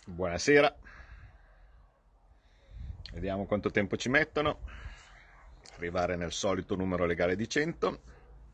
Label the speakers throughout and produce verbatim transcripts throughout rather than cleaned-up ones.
Speaker 1: Buonasera, vediamo quanto tempo ci mettono. Arrivare nel solito numero legale di cento.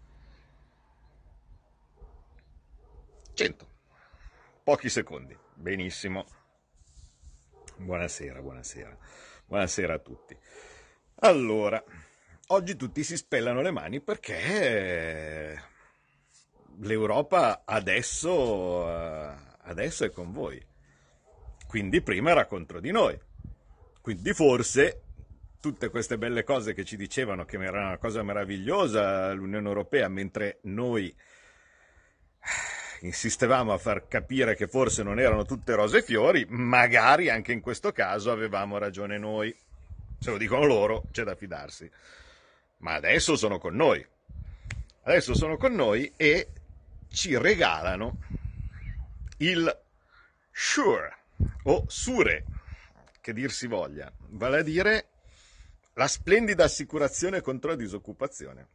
Speaker 1: cento. Pochi secondi. Benissimo. Buonasera, buonasera. Buonasera a tutti. Allora, oggi tutti si spellano le mani perché l'Europa adesso, eh, adesso è con voi. Quindi prima era contro di noi. Quindi forse tutte queste belle cose che ci dicevano che era una cosa meravigliosa l'Unione Europea, mentre noi insistevamo a far capire che forse non erano tutte rose e fiori, magari anche in questo caso avevamo ragione noi. Se lo dicono loro, c'è da fidarsi. Ma adesso sono con noi. Adesso sono con noi e ci regalano il Sure o Sure, che dir si voglia, vale a dire la splendida assicurazione contro la disoccupazione.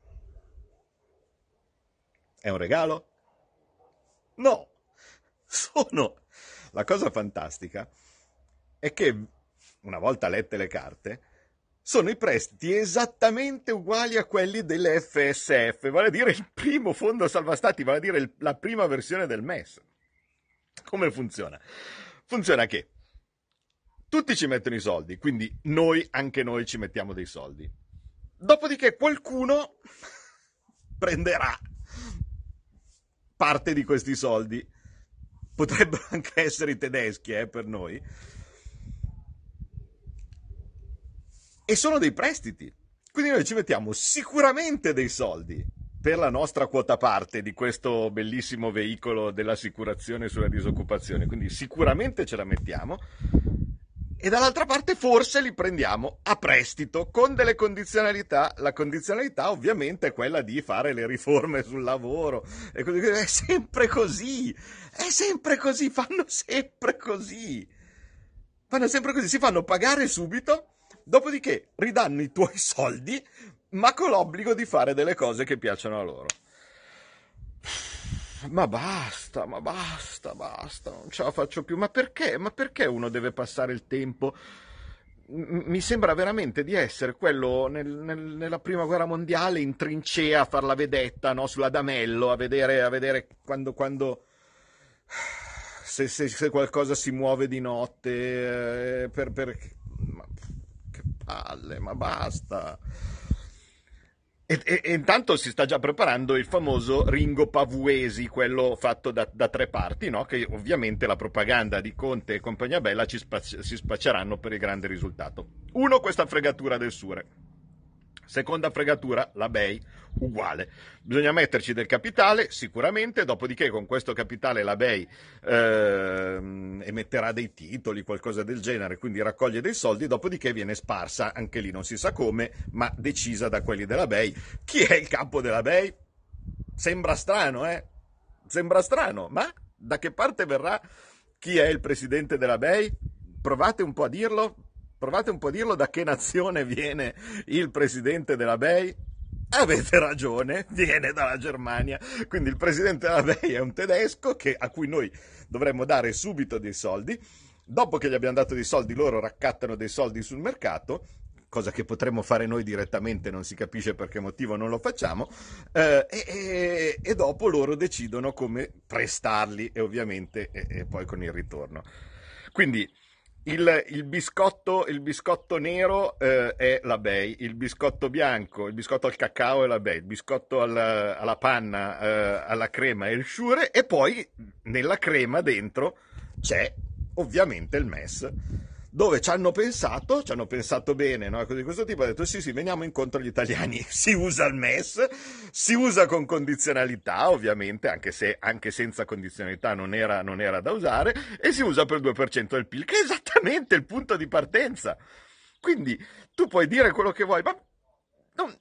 Speaker 1: È un regalo? No, sono... La cosa fantastica è che, una volta lette le carte, sono i prestiti esattamente uguali a quelli dell'F S F, vale a dire il primo fondo salva stati, vale a dire il, la prima versione del M E S. Come funziona? Funziona che tutti ci mettono i soldi, quindi noi, anche noi ci mettiamo dei soldi. Dopodiché qualcuno prenderà parte di questi soldi. Potrebbero anche essere i tedeschi, eh, per noi. E sono dei prestiti. Quindi noi ci mettiamo sicuramente dei soldi per la nostra quota parte di questo bellissimo veicolo dell'assicurazione sulla disoccupazione. Quindi sicuramente ce la mettiamo. E dall'altra parte forse li prendiamo a prestito con delle condizionalità. La condizionalità ovviamente è quella di fare le riforme sul lavoro. E così, è sempre così, è sempre così, fanno sempre così. Fanno sempre così, si fanno pagare subito, dopodiché ridanno i tuoi soldi, ma con l'obbligo di fare delle cose che piacciono a loro. Ma basta, ma basta, basta, non ce la faccio più. Ma perché? Ma perché uno deve passare il tempo? M- mi sembra veramente di essere quello nel- nel- nella prima guerra mondiale in trincea a far la vedetta, no? Sull'Adamello, a vedere, a vedere quando, quando se, se- se qualcosa si muove di notte, eh, per, per... Ma, che palle, ma basta. E, e- e intanto si sta già preparando il famoso Ringo Pavuesi, quello fatto da, da tre parti, no? Che ovviamente la propaganda di Conte e compagnia bella ci spac- si spacceranno per il grande risultato. Uno, questa fregatura del Sure. Seconda fregatura, la B E I, uguale. Bisogna metterci del capitale, sicuramente, dopodiché con questo capitale la B E I ehm, emetterà dei titoli, qualcosa del genere, quindi raccoglie dei soldi, dopodiché viene sparsa, anche lì non si sa come, ma decisa da quelli della B E I. Chi è il capo della B E I? Sembra strano, eh? Sembra strano, ma da che parte verrà? Chi è il presidente della B E I? Provate un po' a dirlo. Provate un po' a dirlo, da che nazione viene il presidente della B E I? Avete ragione, viene dalla Germania. Quindi il presidente della B E I è un tedesco che, a cui noi dovremmo dare subito dei soldi. Dopo che gli abbiamo dato dei soldi, loro raccattano dei soldi sul mercato, cosa che potremmo fare noi direttamente, non si capisce per che motivo non lo facciamo, eh, e, e, e dopo loro decidono come prestarli e ovviamente e, e poi con il ritorno. Quindi il, il biscotto, il biscotto nero eh, è la B E I, il biscotto bianco, il biscotto al cacao è la B E I, il biscotto alla, alla panna, eh, alla crema è il Sure, e poi nella crema dentro c'è ovviamente il M E S, dove ci hanno pensato, ci hanno pensato bene, no? Così di questo tipo, ha detto sì sì, veniamo incontro agli italiani, si usa il M E S, si usa con condizionalità ovviamente, anche se anche senza condizionalità non era, non era da usare, e si usa per il due per cento del P I L, che è esattamente il punto di partenza. Quindi tu puoi dire quello che vuoi, ma non,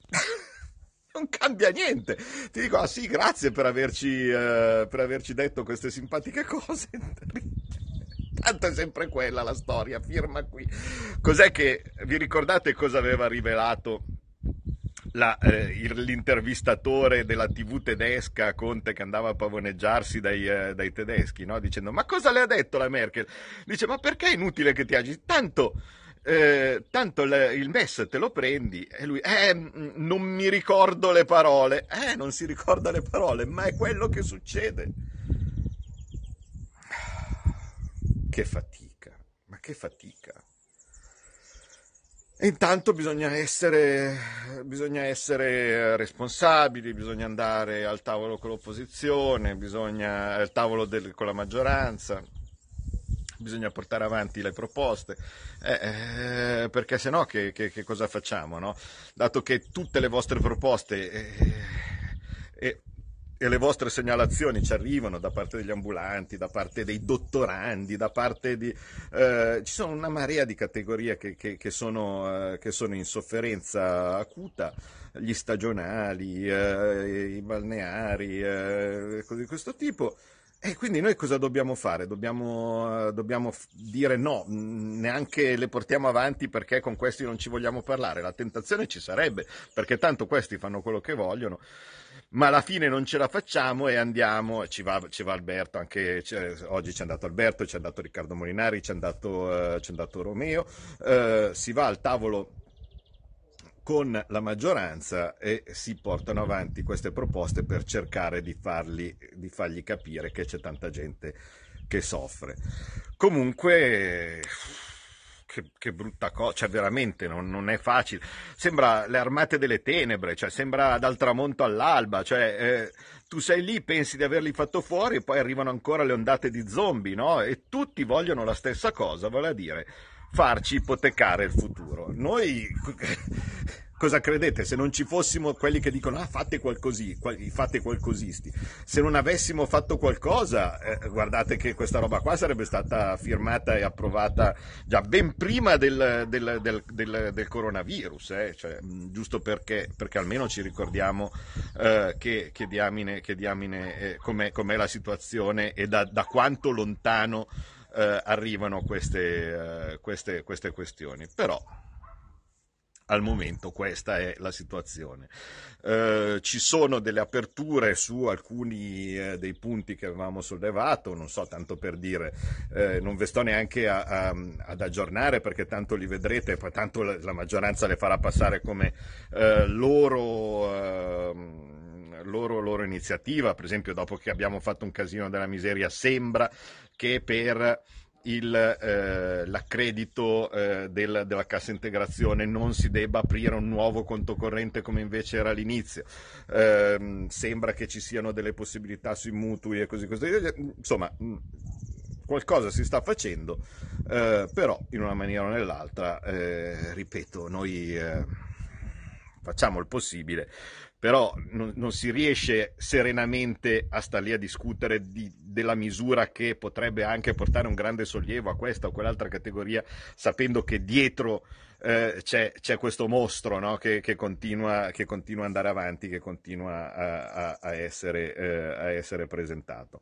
Speaker 1: non cambia niente. Ti dico, ah sì, grazie per averci, eh, per averci detto queste simpatiche cose. Tanto è sempre quella la storia, firma qui. Cos'è che vi ricordate cosa aveva rivelato la, eh, il- l'intervistatore della T V tedesca, Conte, che andava a pavoneggiarsi dai, eh, dai tedeschi, no? Dicendo: ma cosa le ha detto la Merkel? Dice: ma perché è inutile che ti agi? Tanto, eh, tanto il, il MES te lo prendi. E lui: eh, mm, non mi ricordo le parole. Eh, non si ricorda le parole, ma è quello che succede. Che fatica, ma che fatica. E intanto bisogna essere, bisogna essere responsabili, bisogna andare al tavolo con l'opposizione, bisogna al tavolo del- con la maggioranza, bisogna portare avanti le proposte, eh, eh, perché se no che, che- che cosa facciamo, no? Dato che tutte le vostre proposte eh, eh, e le vostre segnalazioni ci arrivano da parte degli ambulanti, da parte dei dottorandi, da parte di... eh, ci sono una marea di categorie che, che- che sono, eh, che sono in sofferenza acuta, gli stagionali, eh, i balneari, eh, cose di questo tipo. E quindi noi cosa dobbiamo fare? Dobbiamo, eh, dobbiamo f- dire no, mh, neanche le portiamo avanti perché con questi non ci vogliamo parlare. La tentazione ci sarebbe, perché tanto questi fanno quello che vogliono, ma alla fine non ce la facciamo e andiamo, ci va, ci va Alberto, anche c'è- oggi c'è andato Alberto, c'è andato Riccardo Molinari, c'è andato, eh, c'è andato Romeo, eh, si va al tavolo con la maggioranza e si portano avanti queste proposte per cercare di, farli, di fargli capire che c'è tanta gente che soffre. Comunque, che, che brutta cosa, cioè veramente non, non è facile. Sembra le armate delle tenebre, cioè sembra dal tramonto all'alba, cioè eh, tu sei lì, pensi di averli fatto fuori e poi arrivano ancora le ondate di zombie, no? E tutti vogliono la stessa cosa, vale a dire farci ipotecare il futuro. Noi cosa credete? Se non ci fossimo quelli che dicono ah fate qualcosì, fate qualcosisti, se non avessimo fatto qualcosa, eh, guardate che questa roba qua sarebbe stata firmata e approvata già ben prima del, del, del, del, del coronavirus, eh? Cioè, mh, giusto perché, perché almeno ci ricordiamo eh, che, che diamine, che diamine eh, com'è, com'è la situazione e da, da quanto lontano eh, arrivano queste, eh, queste, queste questioni. Però al momento questa è la situazione. Eh, ci sono delle aperture su alcuni eh, dei punti che avevamo sollevato, non so, tanto per dire, eh, non ve sto neanche a, a, ad aggiornare perché tanto li vedrete, poi tanto la, la maggioranza le farà passare come eh, loro... Eh, loro, loro iniziativa, per esempio dopo che abbiamo fatto un casino della miseria sembra che per il, eh, l'accredito eh, del, della cassa integrazione non si debba aprire un nuovo conto corrente come invece era all'inizio, eh, sembra che ci siano delle possibilità sui mutui e così così, insomma qualcosa si sta facendo, eh, però in una maniera o nell'altra, eh, ripeto, noi eh, facciamo il possibile, però non, non si riesce serenamente a stare lì a discutere di, della misura che potrebbe anche portare un grande sollievo a questa o quell'altra categoria, sapendo che dietro eh, c'è, c'è questo mostro, no? che, che, continua, che continua ad andare avanti, che continua a, a, a, essere, eh, a essere presentato.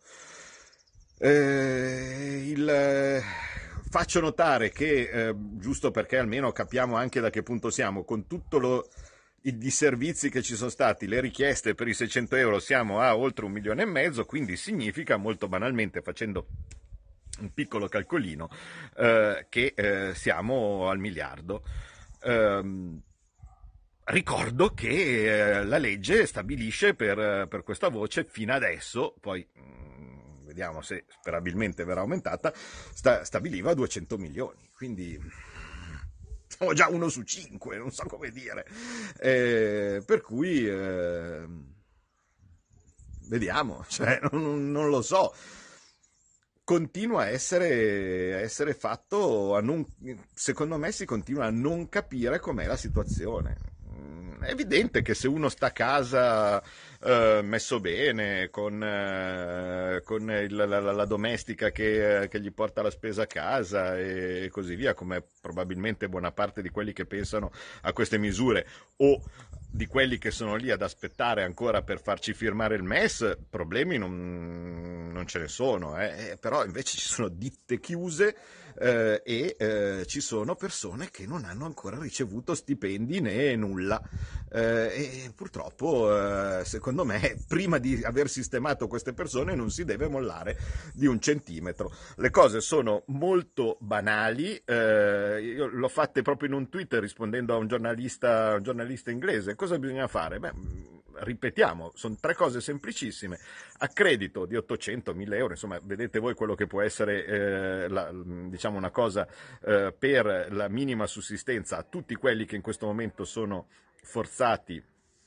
Speaker 1: Eh, il, eh, faccio notare che, eh, giusto perché almeno capiamo anche da che punto siamo, con tutto lo i disservizi che ci sono stati, le richieste per i seicento euro, siamo a oltre un milione e mezzo, quindi significa molto banalmente, facendo un piccolo calcolino, eh, che eh, siamo al miliardo. Ehm, ricordo che eh, la legge stabilisce per, per questa voce fino adesso, poi mh, vediamo se sperabilmente verrà aumentata, sta, stabiliva duecento milioni, quindi siamo già uno su cinque, non so come dire. Eh, per cui eh, vediamo, cioè, non, non lo so. Continua a essere, a essere fatto, a non, secondo me si continua a non capire com'è la situazione. È evidente che se uno sta a casa eh, messo bene, con, eh, con il, la, la, la domestica che, che gli porta la spesa a casa e così via, come probabilmente buona parte di quelli che pensano a queste misure, o di quelli che sono lì ad aspettare ancora per farci firmare il MES, problemi non, non ce ne sono, eh, eh, però invece ci sono ditte chiuse eh, e eh, ci sono persone che non hanno ancora ricevuto stipendi né nulla. Eh, e purtroppo, eh, secondo me, prima di aver sistemato queste persone non si deve mollare di un centimetro. Le cose sono molto banali, eh, io l'ho fatte proprio in un tweet rispondendo a un giornalista, un giornalista inglese. Cosa bisogna fare? Beh, ripetiamo, sono tre cose semplicissime: a credito di ottocento mille euro, insomma, vedete voi quello che può essere eh, la, diciamo una cosa eh, per la minima sussistenza a tutti quelli che in questo momento sono forzati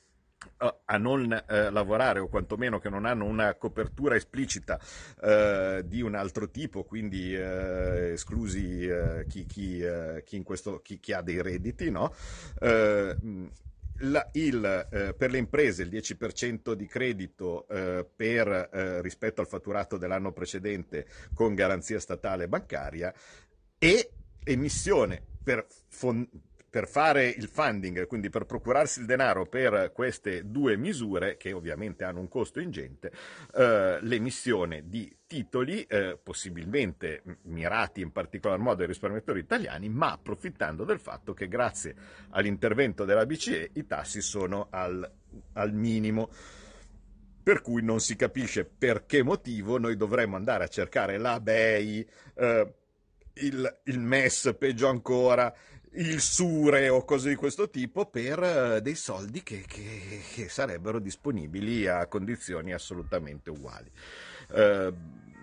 Speaker 1: a non eh, lavorare, o quantomeno che non hanno una copertura esplicita eh, di un altro tipo, quindi eh, esclusi eh, chi, chi, eh, chi, in questo, chi, chi ha dei redditi, no? Eh, La, il, eh, per le imprese il dieci per cento di credito eh, per, eh, rispetto al fatturato dell'anno precedente con garanzia statale bancaria, e emissione per, fon- per fare il funding, quindi per procurarsi il denaro per queste due misure, che ovviamente hanno un costo ingente, eh, l'emissione di titoli eh, possibilmente mirati in particolar modo ai risparmiatori italiani, ma approfittando del fatto che grazie all'intervento della B C E i tassi sono al, al minimo, per cui non si capisce per che motivo noi dovremmo andare a cercare la B E I, eh, il, il M E S, peggio ancora, il SURE o cose di questo tipo, per uh, dei soldi che, che, che sarebbero disponibili a condizioni assolutamente uguali. Uh,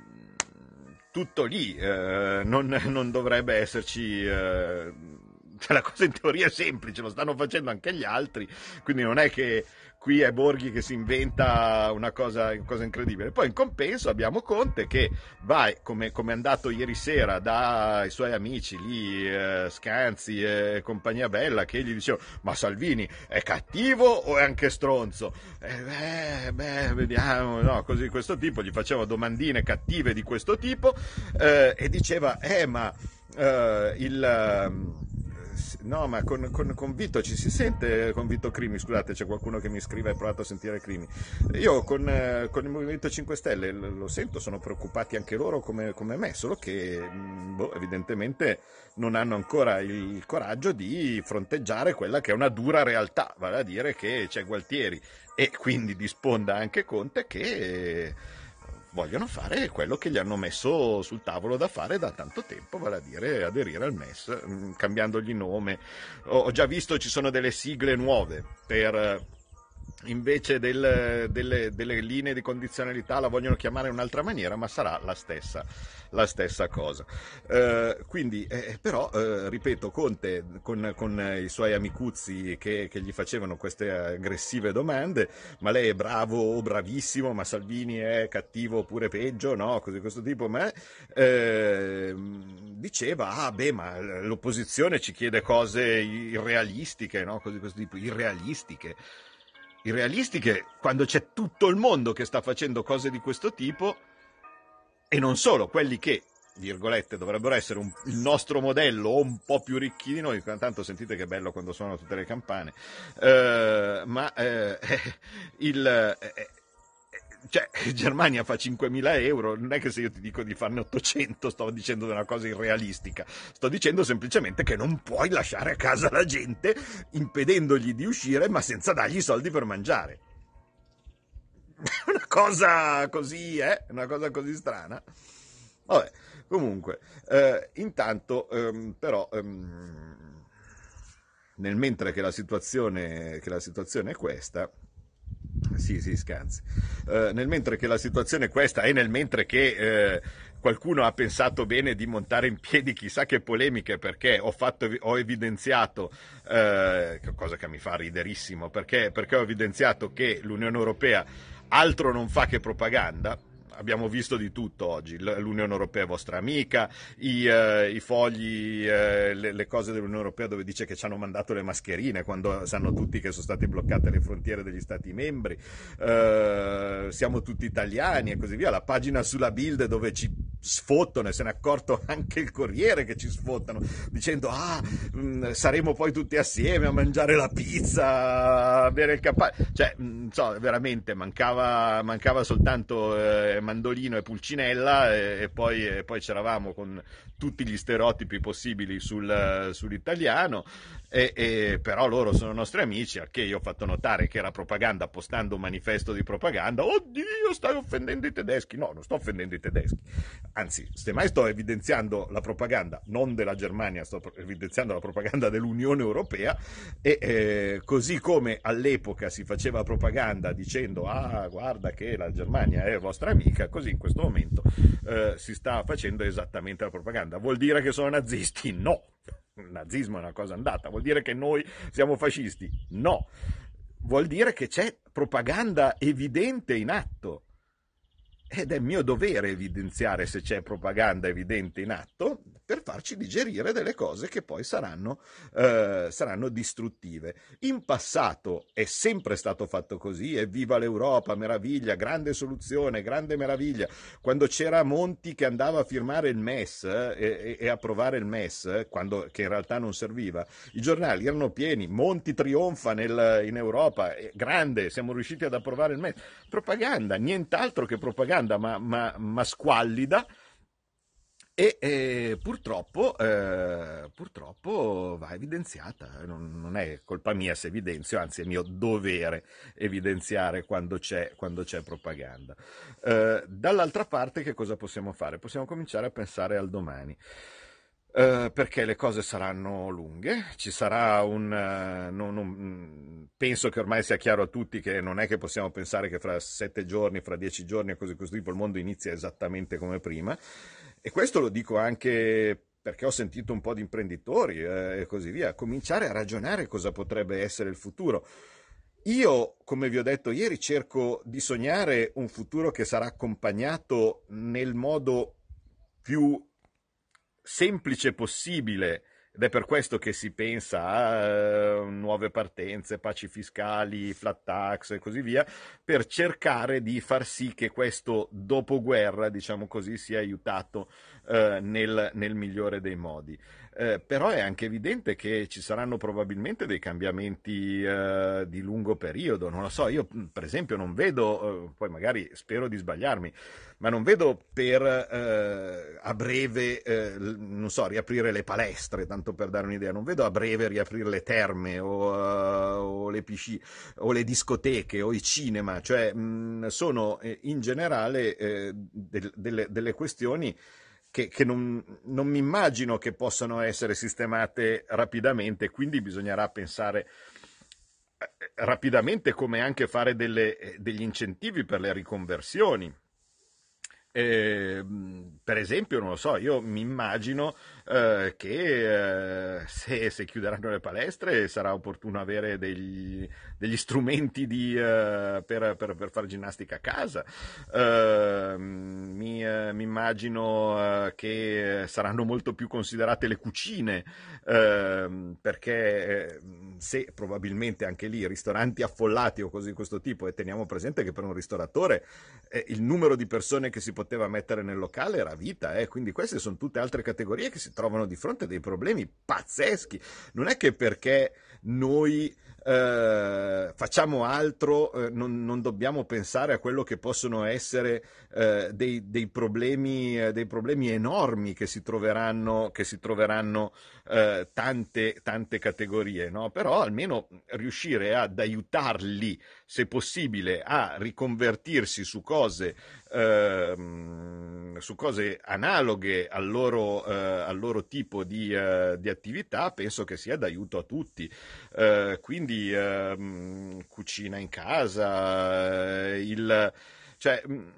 Speaker 1: tutto lì, uh, non, non dovrebbe esserci... Uh, cioè, la cosa in teoria è semplice, lo stanno facendo anche gli altri, quindi non è che qui è Borghi che si inventa una cosa, una cosa incredibile. Poi in compenso abbiamo Conte che va, come, come è andato ieri sera dai suoi amici lì, eh, Scanzi e compagnia bella, che gli dicevano: ma Salvini è cattivo o è anche stronzo? Eh, beh, beh, vediamo, no, così di questo tipo, gli faceva domandine cattive di questo tipo, eh, e diceva, eh ma eh, il... No, ma con, con, con Vito ci si sente, con Vito Crimi, scusate, c'è qualcuno che mi scrive: hai provato a sentire Crimi? Io con, eh, con il Movimento cinque Stelle lo sento, sono preoccupati anche loro come, come me, solo che boh, evidentemente non hanno ancora il coraggio di fronteggiare quella che è una dura realtà, vale a dire che c'è Gualtieri e quindi di sponda anche Conte che vogliono fare quello che gli hanno messo sul tavolo da fare da tanto tempo, vale a dire aderire al M E S, cambiandogli nome. Ho già visto, ci sono delle sigle nuove per... invece del, delle, delle linee di condizionalità la vogliono chiamare in un'altra maniera, ma sarà la stessa, la stessa cosa. Eh, quindi, eh, però, eh, ripeto, Conte con, con i suoi amicuzzi che, che gli facevano queste aggressive domande: ma lei è bravo o bravissimo, ma Salvini è cattivo oppure peggio, no? Così questo tipo, ma eh, diceva: ah beh, ma l'opposizione ci chiede cose irrealistiche, no? Così questo tipo, irrealistiche. Irrealistiche quando c'è tutto il mondo che sta facendo cose di questo tipo, e non solo quelli che, virgolette, dovrebbero essere un, il nostro modello o un po' più ricchi di noi. Tanto sentite che bello quando suonano tutte le campane, eh, ma eh, il eh, cioè, Germania fa cinquemila euro, non è che se io ti dico di farne ottocento sto dicendo una cosa irrealistica, sto dicendo semplicemente che non puoi lasciare a casa la gente impedendogli di uscire ma senza dargli i soldi per mangiare. Una cosa così, eh? Una cosa così strana. Vabbè, comunque, eh, intanto ehm, però ehm, nel mentre che la situazione che la situazione è questa. Sì, sì, scansi. Uh, nel mentre che la situazione è questa, e nel mentre che uh, qualcuno ha pensato bene di montare in piedi chissà che polemiche, perché ho, fatto, ho evidenziato, uh, cosa che mi fa riderissimo, perché, perché ho evidenziato che l'Unione Europea altro non fa che propaganda. Abbiamo visto di tutto oggi: l'Unione Europea è vostra amica, i, eh, i fogli, eh, le, le cose dell'Unione Europea dove dice che ci hanno mandato le mascherine quando sanno tutti che sono state bloccate le frontiere degli Stati membri, eh, siamo tutti italiani e così via. La pagina sulla Bild dove ci sfottano, e se ne è accorto anche il Corriere che ci sfottano, dicendo ah, mh, saremo poi tutti assieme a mangiare la pizza, a bere il campari, cioè, mh, so, veramente mancava, mancava soltanto eh, Mandolino e Pulcinella, e, e poi, e poi c'eravamo con tutti gli stereotipi possibili sul, sull'italiano. E, e, però loro sono nostri amici, a che io ho fatto notare che era propaganda, postando un manifesto di propaganda. Oddio, stai offendendo i tedeschi. No, non sto offendendo i tedeschi, anzi, semmai sto evidenziando la propaganda non della Germania, sto evidenziando la propaganda dell'Unione Europea. E eh, così come all'epoca si faceva propaganda dicendo ah, guarda che la Germania è vostra amica, così in questo momento eh, si sta facendo esattamente la propaganda. Vuol dire che sono nazisti? No. Il nazismo è una cosa andata. Vuol dire che noi siamo fascisti? No. Vuol dire che c'è propaganda evidente in atto. Ed è mio dovere evidenziare se c'è propaganda evidente in atto per farci digerire delle cose che poi saranno, eh, saranno distruttive. In passato è sempre stato fatto così, evviva l'Europa, meraviglia, grande soluzione, grande meraviglia. Quando c'era Monti che andava a firmare il M E S eh, e, e approvare il M E S, eh, quando, che in realtà non serviva, i giornali erano pieni, Monti trionfa nel, in Europa, eh, grande, siamo riusciti ad approvare il M E S. Propaganda, nient'altro che propaganda. Ma, ma, ma squallida, e eh, purtroppo, eh, purtroppo va evidenziata. Non, non è colpa mia se evidenzio, anzi è mio dovere evidenziare quando c'è, quando c'è propaganda. Eh, dall'altra parte che cosa possiamo fare? Possiamo cominciare a pensare al domani. Uh, perché le cose saranno lunghe, ci sarà un... Uh, non, non, penso che ormai sia chiaro a tutti che non è che possiamo pensare che fra sette giorni, fra dieci giorni e così questo tipo il mondo inizia esattamente come prima, e questo lo dico anche perché ho sentito un po' di imprenditori eh, e così via, cominciare a ragionare cosa potrebbe essere il futuro. Io, come vi ho detto ieri, cerco di sognare un futuro che sarà accompagnato nel modo più semplice possibile, ed è per questo che si pensa a uh, nuove partenze, paci fiscali, flat tax e così via, per cercare di far sì che questo dopoguerra, diciamo così, sia aiutato uh, nel, nel migliore dei modi. Eh, però è anche evidente che ci saranno probabilmente dei cambiamenti eh, di lungo periodo, non lo so, io per esempio non vedo, eh, poi magari spero di sbagliarmi, ma non vedo per eh, a breve, eh, non so, riaprire le palestre, tanto per dare un'idea, non vedo a breve riaprire le terme o, uh, o le piscine o le discoteche o i cinema, cioè mh, sono eh, in generale eh, del, delle, delle questioni che, che non, non mi immagino che possano essere sistemate rapidamente, quindi bisognerà pensare rapidamente come anche fare delle, degli incentivi per le riconversioni. Eh, per esempio, non lo so, io mi immagino eh, che eh, se, se chiuderanno le palestre sarà opportuno avere degli, degli strumenti di, eh, per, per, per fare ginnastica a casa. Eh, mi, eh, mi immagino eh, che saranno molto più considerate le cucine, eh, perché eh, se probabilmente anche lì ristoranti affollati o cose di questo tipo, e teniamo presente che per un ristoratore eh, il numero di persone che si poteva mettere nel locale era vita, eh? Quindi queste sono tutte altre categorie che si trovano di fronte a dei problemi pazzeschi. Non è che perché noi eh, facciamo altro eh, non, non dobbiamo pensare a quello che possono essere eh, dei, dei, problemi, eh, dei problemi enormi che si troveranno, che si troveranno eh, tante, tante categorie, no? Però almeno riuscire ad aiutarli, se possibile, a riconvertirsi su cose Ehm, su cose analoghe al loro, eh, al loro tipo di, eh, di attività, penso che sia d'aiuto a tutti. Eh, quindi ehm, cucina in casa, eh, il, cioè, mh,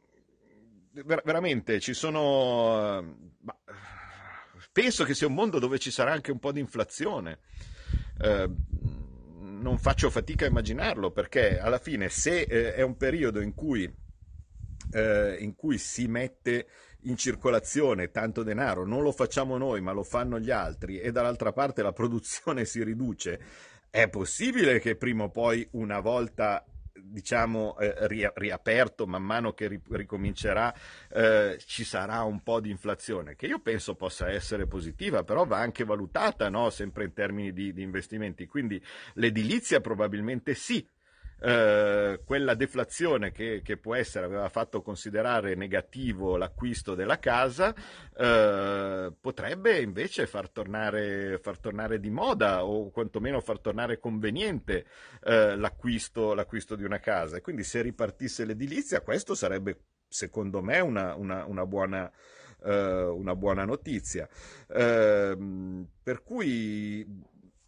Speaker 1: ver- veramente ci sono... eh, ma, penso che sia un mondo dove ci sarà anche un po' di inflazione. Eh, non faccio fatica a immaginarlo, perché alla fine se eh, è un periodo in cui eh, in cui si mette in circolazione tanto denaro, non lo facciamo noi ma lo fanno gli altri, e dall'altra parte la produzione si riduce, è possibile che prima o poi, una volta diciamo eh, ri- riaperto, man mano che ri- ricomincerà, eh, ci sarà un po' di inflazione, che io penso possa essere positiva, però va anche valutata, no? Sempre in termini di, di investimenti. Quindi l'edilizia probabilmente sì. Eh, quella deflazione che, che può essere, aveva fatto considerare negativo l'acquisto della casa, eh, potrebbe invece far tornare, far tornare di moda, o quantomeno far tornare conveniente eh, l'acquisto, l'acquisto di una casa. E quindi se ripartisse l'edilizia, questo sarebbe secondo me una, una, una buona, eh, una buona notizia. Eh, per cui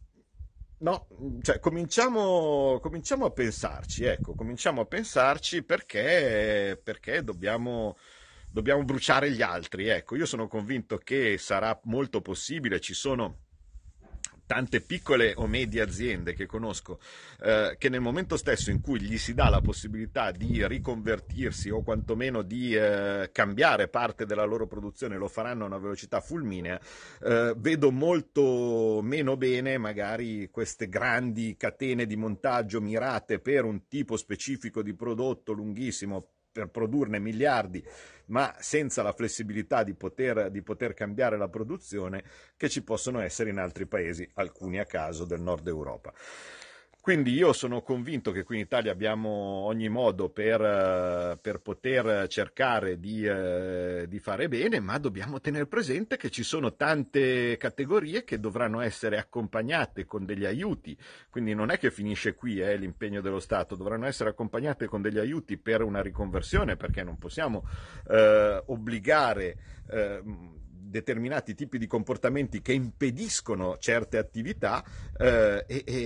Speaker 1: no, cioè cominciamo, cominciamo a pensarci, ecco, cominciamo a pensarci perché, perché dobbiamo, dobbiamo bruciare gli altri, ecco. Io sono convinto che sarà molto possibile, ci sono tante piccole o medie aziende che conosco, eh, che nel momento stesso in cui gli si dà la possibilità di riconvertirsi o quantomeno di eh, cambiare parte della loro produzione, lo faranno a una velocità fulminea. Eh, vedo molto meno bene magari queste grandi catene di montaggio mirate per un tipo specifico di prodotto lunghissimo, per produrne miliardi, ma senza la flessibilità di poter, di poter cambiare la produzione, che ci possono essere in altri paesi, alcuni a caso del nord Europa. Quindi io sono convinto che qui in Italia abbiamo ogni modo per, eh, per poter cercare di, eh, di fare bene, ma dobbiamo tenere presente che ci sono tante categorie che dovranno essere accompagnate con degli aiuti. Quindi non è che finisce qui eh, l'impegno dello Stato, dovranno essere accompagnate con degli aiuti per una riconversione, perché non possiamo eh, obbligare eh, determinati tipi di comportamenti che impediscono certe attività eh, e, e,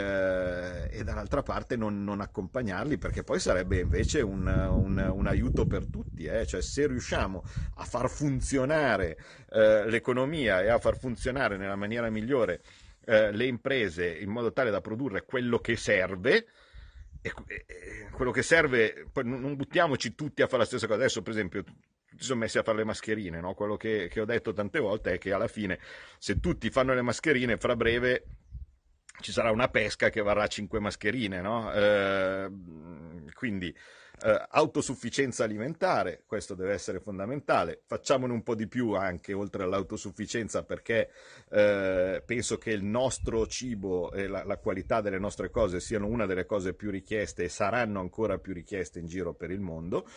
Speaker 1: eh, e dall'altra parte non, non accompagnarli, perché poi sarebbe invece un, un, un aiuto per tutti, eh? Cioè, se riusciamo a far funzionare eh, l'economia e a far funzionare nella maniera migliore eh, le imprese in modo tale da produrre quello che serve, e, e, quello che serve, poi non, non buttiamoci tutti a fare la stessa cosa. Adesso per esempio si sono messi a fare le mascherine, no? Quello che, che ho detto tante volte è che alla fine, se tutti fanno le mascherine, fra breve ci sarà una pesca che varrà cinque mascherine, no? Eh, quindi eh, autosufficienza alimentare, questo deve essere fondamentale. Facciamone un po' di più anche oltre all'autosufficienza, perché eh, penso che il nostro cibo e la, la qualità delle nostre cose siano una delle cose più richieste e saranno ancora più richieste in giro per il mondo.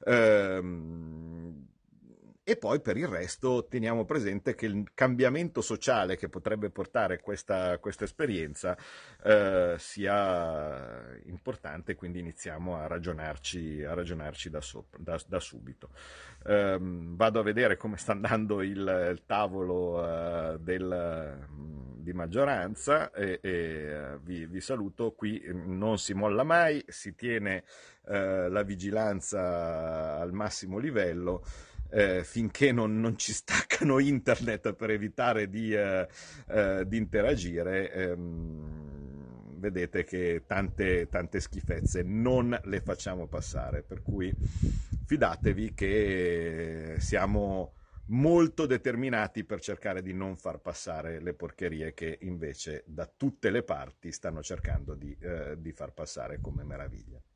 Speaker 1: Ehm, E poi per il resto teniamo presente che il cambiamento sociale che potrebbe portare questa, questa esperienza eh, sia importante, quindi iniziamo a ragionarci, a ragionarci da, sopra, da, da subito. Ehm, vado a vedere come sta andando il, il tavolo eh, del, di maggioranza e, e eh, vi, vi saluto. Qui non si molla mai, si tiene eh, la vigilanza al massimo livello. Eh, finché non, non ci staccano internet per evitare di, eh, eh, di interagire, ehm, vedete che tante, tante schifezze non le facciamo passare, per cui fidatevi che siamo molto determinati per cercare di non far passare le porcherie che invece da tutte le parti stanno cercando di, eh, di far passare come meraviglia.